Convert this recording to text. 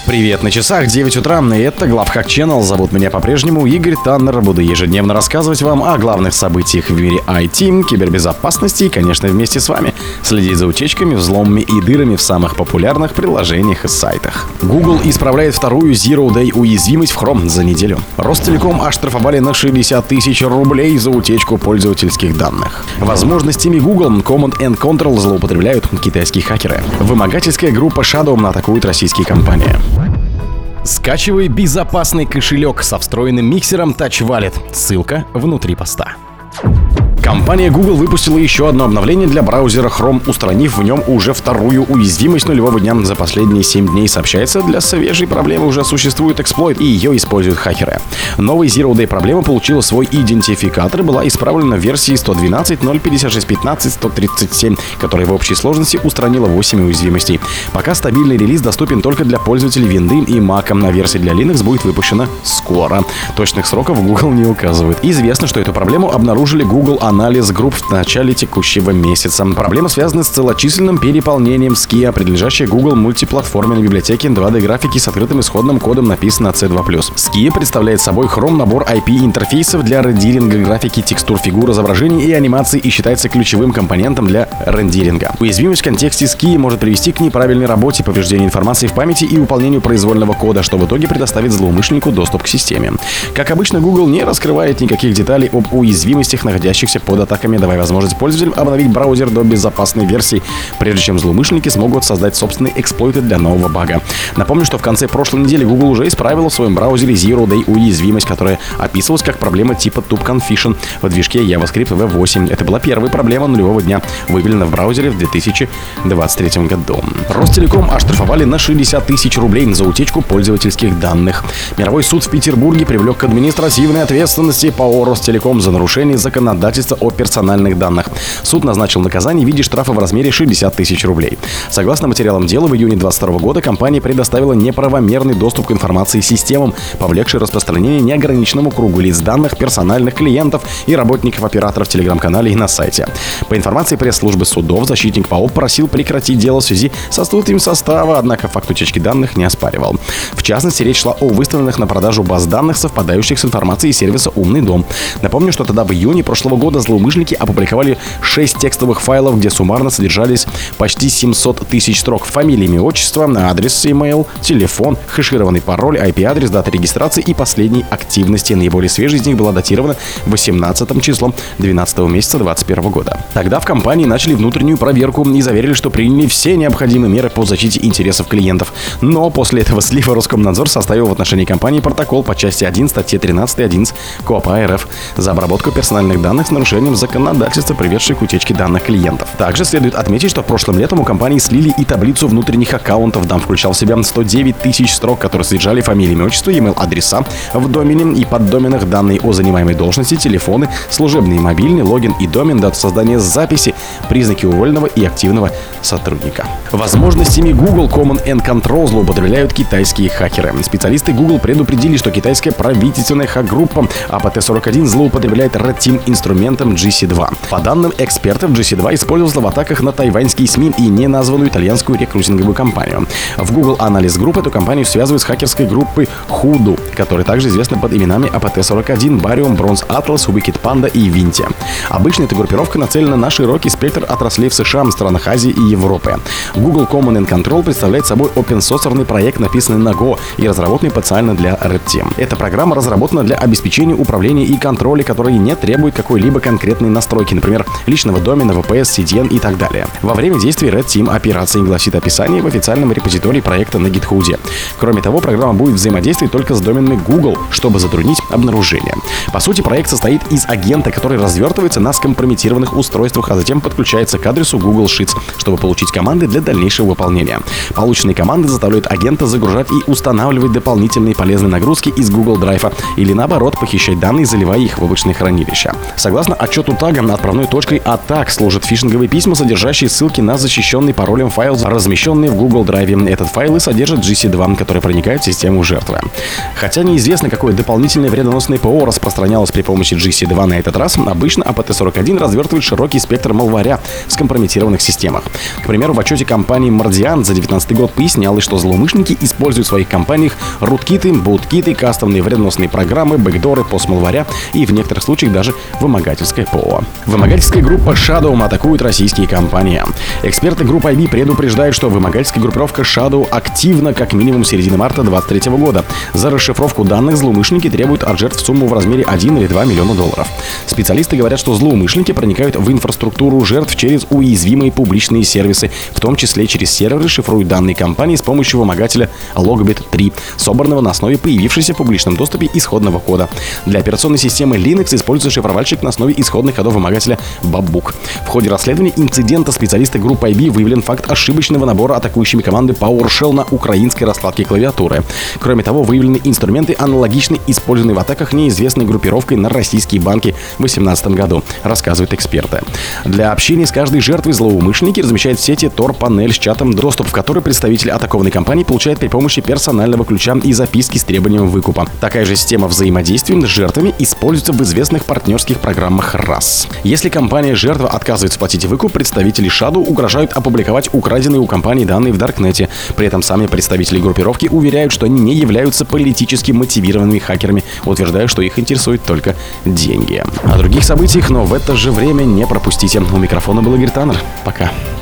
Привет, на часах 9 утра, и это Главхак Channel. Зовут меня по-прежнему Игорь Таннер. Буду ежедневно рассказывать вам о главных событиях в мире IT, кибербезопасности и, конечно, вместе с вами следить за утечками, взломами и дырами в самых популярных приложениях и сайтах. Google исправляет вторую Zero Day уязвимость в Chrome за неделю. Ростелеком оштрафовали на 60 тысяч рублей за утечку пользовательских данных. Возможностями Google Command and Control злоупотребляют китайские хакеры. Вымогательская группа Shadow атакует российские компании. Скачивай безопасный кошелек со встроенным миксером Touch Wallet. Ссылка внутри поста. Компания Google выпустила еще одно обновление для браузера Chrome, устранив в нем уже вторую уязвимость нулевого дня за последние 7 дней. Сообщается, для свежей проблемы уже существует эксплойт, и ее используют хакеры. Новый Zero Day проблема получила свой идентификатор и была исправлена в версии 112.056.15.137, которая в общей сложности устранила 8 уязвимостей. Пока стабильный релиз доступен только для пользователей Windows и Mac, а версия для Linux будет выпущена скоро. Точных сроков Google не указывает. Известно, что эту проблему обнаружили Google Анализ групп в начале текущего месяца. Проблема связана с целочисленным переполнением Skia, принадлежащей Google мультиплатформенной библиотеке 2D-графики с открытым исходным кодом, написано C2+. Skia представляет собой Chrome набор IP-интерфейсов для рендеринга графики, текстур, фигур, изображений и анимаций и считается ключевым компонентом для рендеринга. Уязвимость в контексте Skia может привести к неправильной работе, повреждению информации в памяти и выполнению произвольного кода, что в итоге предоставит злоумышленнику доступ к системе. Как обычно, Google не раскрывает никаких деталей об уязвимостях, находящихся под атаками, давая возможность пользователям обновить браузер до безопасной версии, прежде чем злоумышленники смогут создать собственные эксплойты для нового бага. Напомню, что в конце прошлой недели Google уже исправила в своем браузере Zero Day уязвимость, которая описывалась как проблема типа Tube Confusion в движке JavaScript V8. Это была первая проблема нулевого дня, выявлена в браузере в 2023 году. Ростелеком оштрафовали на 60 тысяч рублей за утечку пользовательских данных. Мировой суд в Петербурге привлек к административной ответственности ПАО Ростелеком за нарушение законодательства о персональных данных. Суд назначил наказание в виде штрафа в размере 60 тысяч рублей. Согласно материалам дела, в июне 2022 года компания предоставила неправомерный доступ к информации системам, повлекший распространение неограниченному кругу лиц данных, персональных клиентов и работников операторов в телеграм-канале и на сайте. По информации пресс-службы судов, защитник ПАО просил прекратить дело в связи с отсутствием состава, однако факт утечки данных не оспаривал. В частности, речь шла о выставленных на продажу баз данных, совпадающих с информацией сервиса «Умный дом». Напомню, что тогда в июне прошлого года злоумышленники опубликовали 6 текстовых файлов, где суммарно содержались почти 700 тысяч строк: фамилия, имя, отчество, адрес, email, телефон, хэшированный пароль, IP-адрес, дата регистрации и последней активности. Наиболее свежая из них была датирована 18 числом 12 месяца 2021 года. Тогда в компании начали внутреннюю проверку и заверили, что приняли все необходимые меры по защите интересов клиентов. Но после этого слива Роскомнадзор составил в отношении компании протокол по части 1 статьи 13.11 КОАПа РФ за обработку персональных данных с нарушением законодательства, приведшее к утечке данных клиентов. Также следует отметить, что прошлым летом у компании слили и таблицу внутренних аккаунтов. Дам включал в себя 109 тысяч строк, которые содержали фамилии, имя, отчество, email, адреса в домене и поддоменах, данные о занимаемой должности, телефоны, служебный и мобильный, логин и домен, дату создания записи, признаки уволенного и активного сотрудника. Возможностями Google Command and Control злоупотребляют китайские хакеры. Специалисты Google предупредили, что китайская правительственная хак-группа APT-41 злоупотребляет Red Team инструментом GC2. По данным экспертов, GC2 использовался в атаках на тайваньские СМИ и неназванную итальянскую рекрутинговую компанию. В Google Анализ групп эту компанию связывают с хакерской группой Hoodoo, которая также известна под именами APT-41, Barium, Bronze Atlas, Wicked Panda и Vinti. Обычно эта группировка нацелена на широкий спектр отраслей в США, странах Азии и Европы. Google Command and Control представляет собой open-source проект, написанный на Go и разработанный специально для Red Team. Эта программа разработана для обеспечения управления и контроля, которые не требуют какой-либо конкретной настройки, например, личного домена, VPS, CDN и так далее. Во время действий Red Team операции гласит описание в официальном репозитории проекта на GitHub. Кроме того, программа будет взаимодействовать только с доменами Google, чтобы затруднить обнаружение. По сути, проект состоит из агента, который развертывается на скомпрометированных устройствах, а затем подключается к адресу Google Sheets, чтобы получить команды для дальнейшего выполнения. Полученные команды заставляют агента загружать и устанавливать дополнительные полезные нагрузки из Google Drive или наоборот похищать данные, заливая их в облачные хранилища. Согласно отчету тага, отправной точкой атак служат фишинговые письма, содержащие ссылки на защищенный паролем файл, размещенный в Google Drive. Этот файл и содержит GC2, который проникает в систему жертвы. Хотя неизвестно, какое дополнительное вредоносное ПО распространялось при помощи GC2 на этот раз, обычно АПТ-41 развертывает широкий спектр малваря в скомпрометированных системах. К примеру, в отчете компании Mardian за 2019 год пояснялось, что злоумышленники используют в своих компаниях руткиты, буткиты, кастомные вредоносные программы, бэкдоры, постмалваря и в некоторых случаях даже вымогательское ПО. Вымогательская группа Shadow атакует российские компании. Эксперты группы IB предупреждают, что вымогательская группировка Shadow активна как минимум с середины марта 2023 года. За расшифровку данных злоумышленники требуют от жертв сумму в размере 1 или 2 миллиона долларов. Специалисты говорят, что злоумышленники проникают в инфраструктуру жертв через уязвимые публичные сервисы, в том числе через серверы, шифруют данные компании с помощью вымогателя Logbit 3, собранного на основе появившегося в публичном доступе исходного кода. Для операционной системы Linux используется шифровальщик на основе исходных кодов вымогателя Bambuk. В ходе расследования инцидента специалисты группы IB выявлен факт ошибочного набора атакующими команды PowerShell на украинской раскладке клавиатуры. Кроме того, выявлены инструменты, аналогичные использованные в атаках неизвестной группировкой на российские банки в 2018 году, рассказывают эксперты. Для общения с каждой жертвой злоумышленники размещают в сети Tor-панель с чатом, доступ в который представитель атакованной компании получает при помощи персонального ключа и записки с требованием выкупа. Такая же система взаимодействия с жертвами используется в известных партнерских программах РАС. Если компания-жертва отказывается платить выкуп, представители Shadow угрожают опубликовать украденные у компании данные в Даркнете. При этом сами представители группировки уверяют, что они не являются политически мотивированными хакерами, утверждая, что их интересуют только деньги. О других событиях, но в это же время не пропустите. У микрофона был Игорь Таннер. Пока.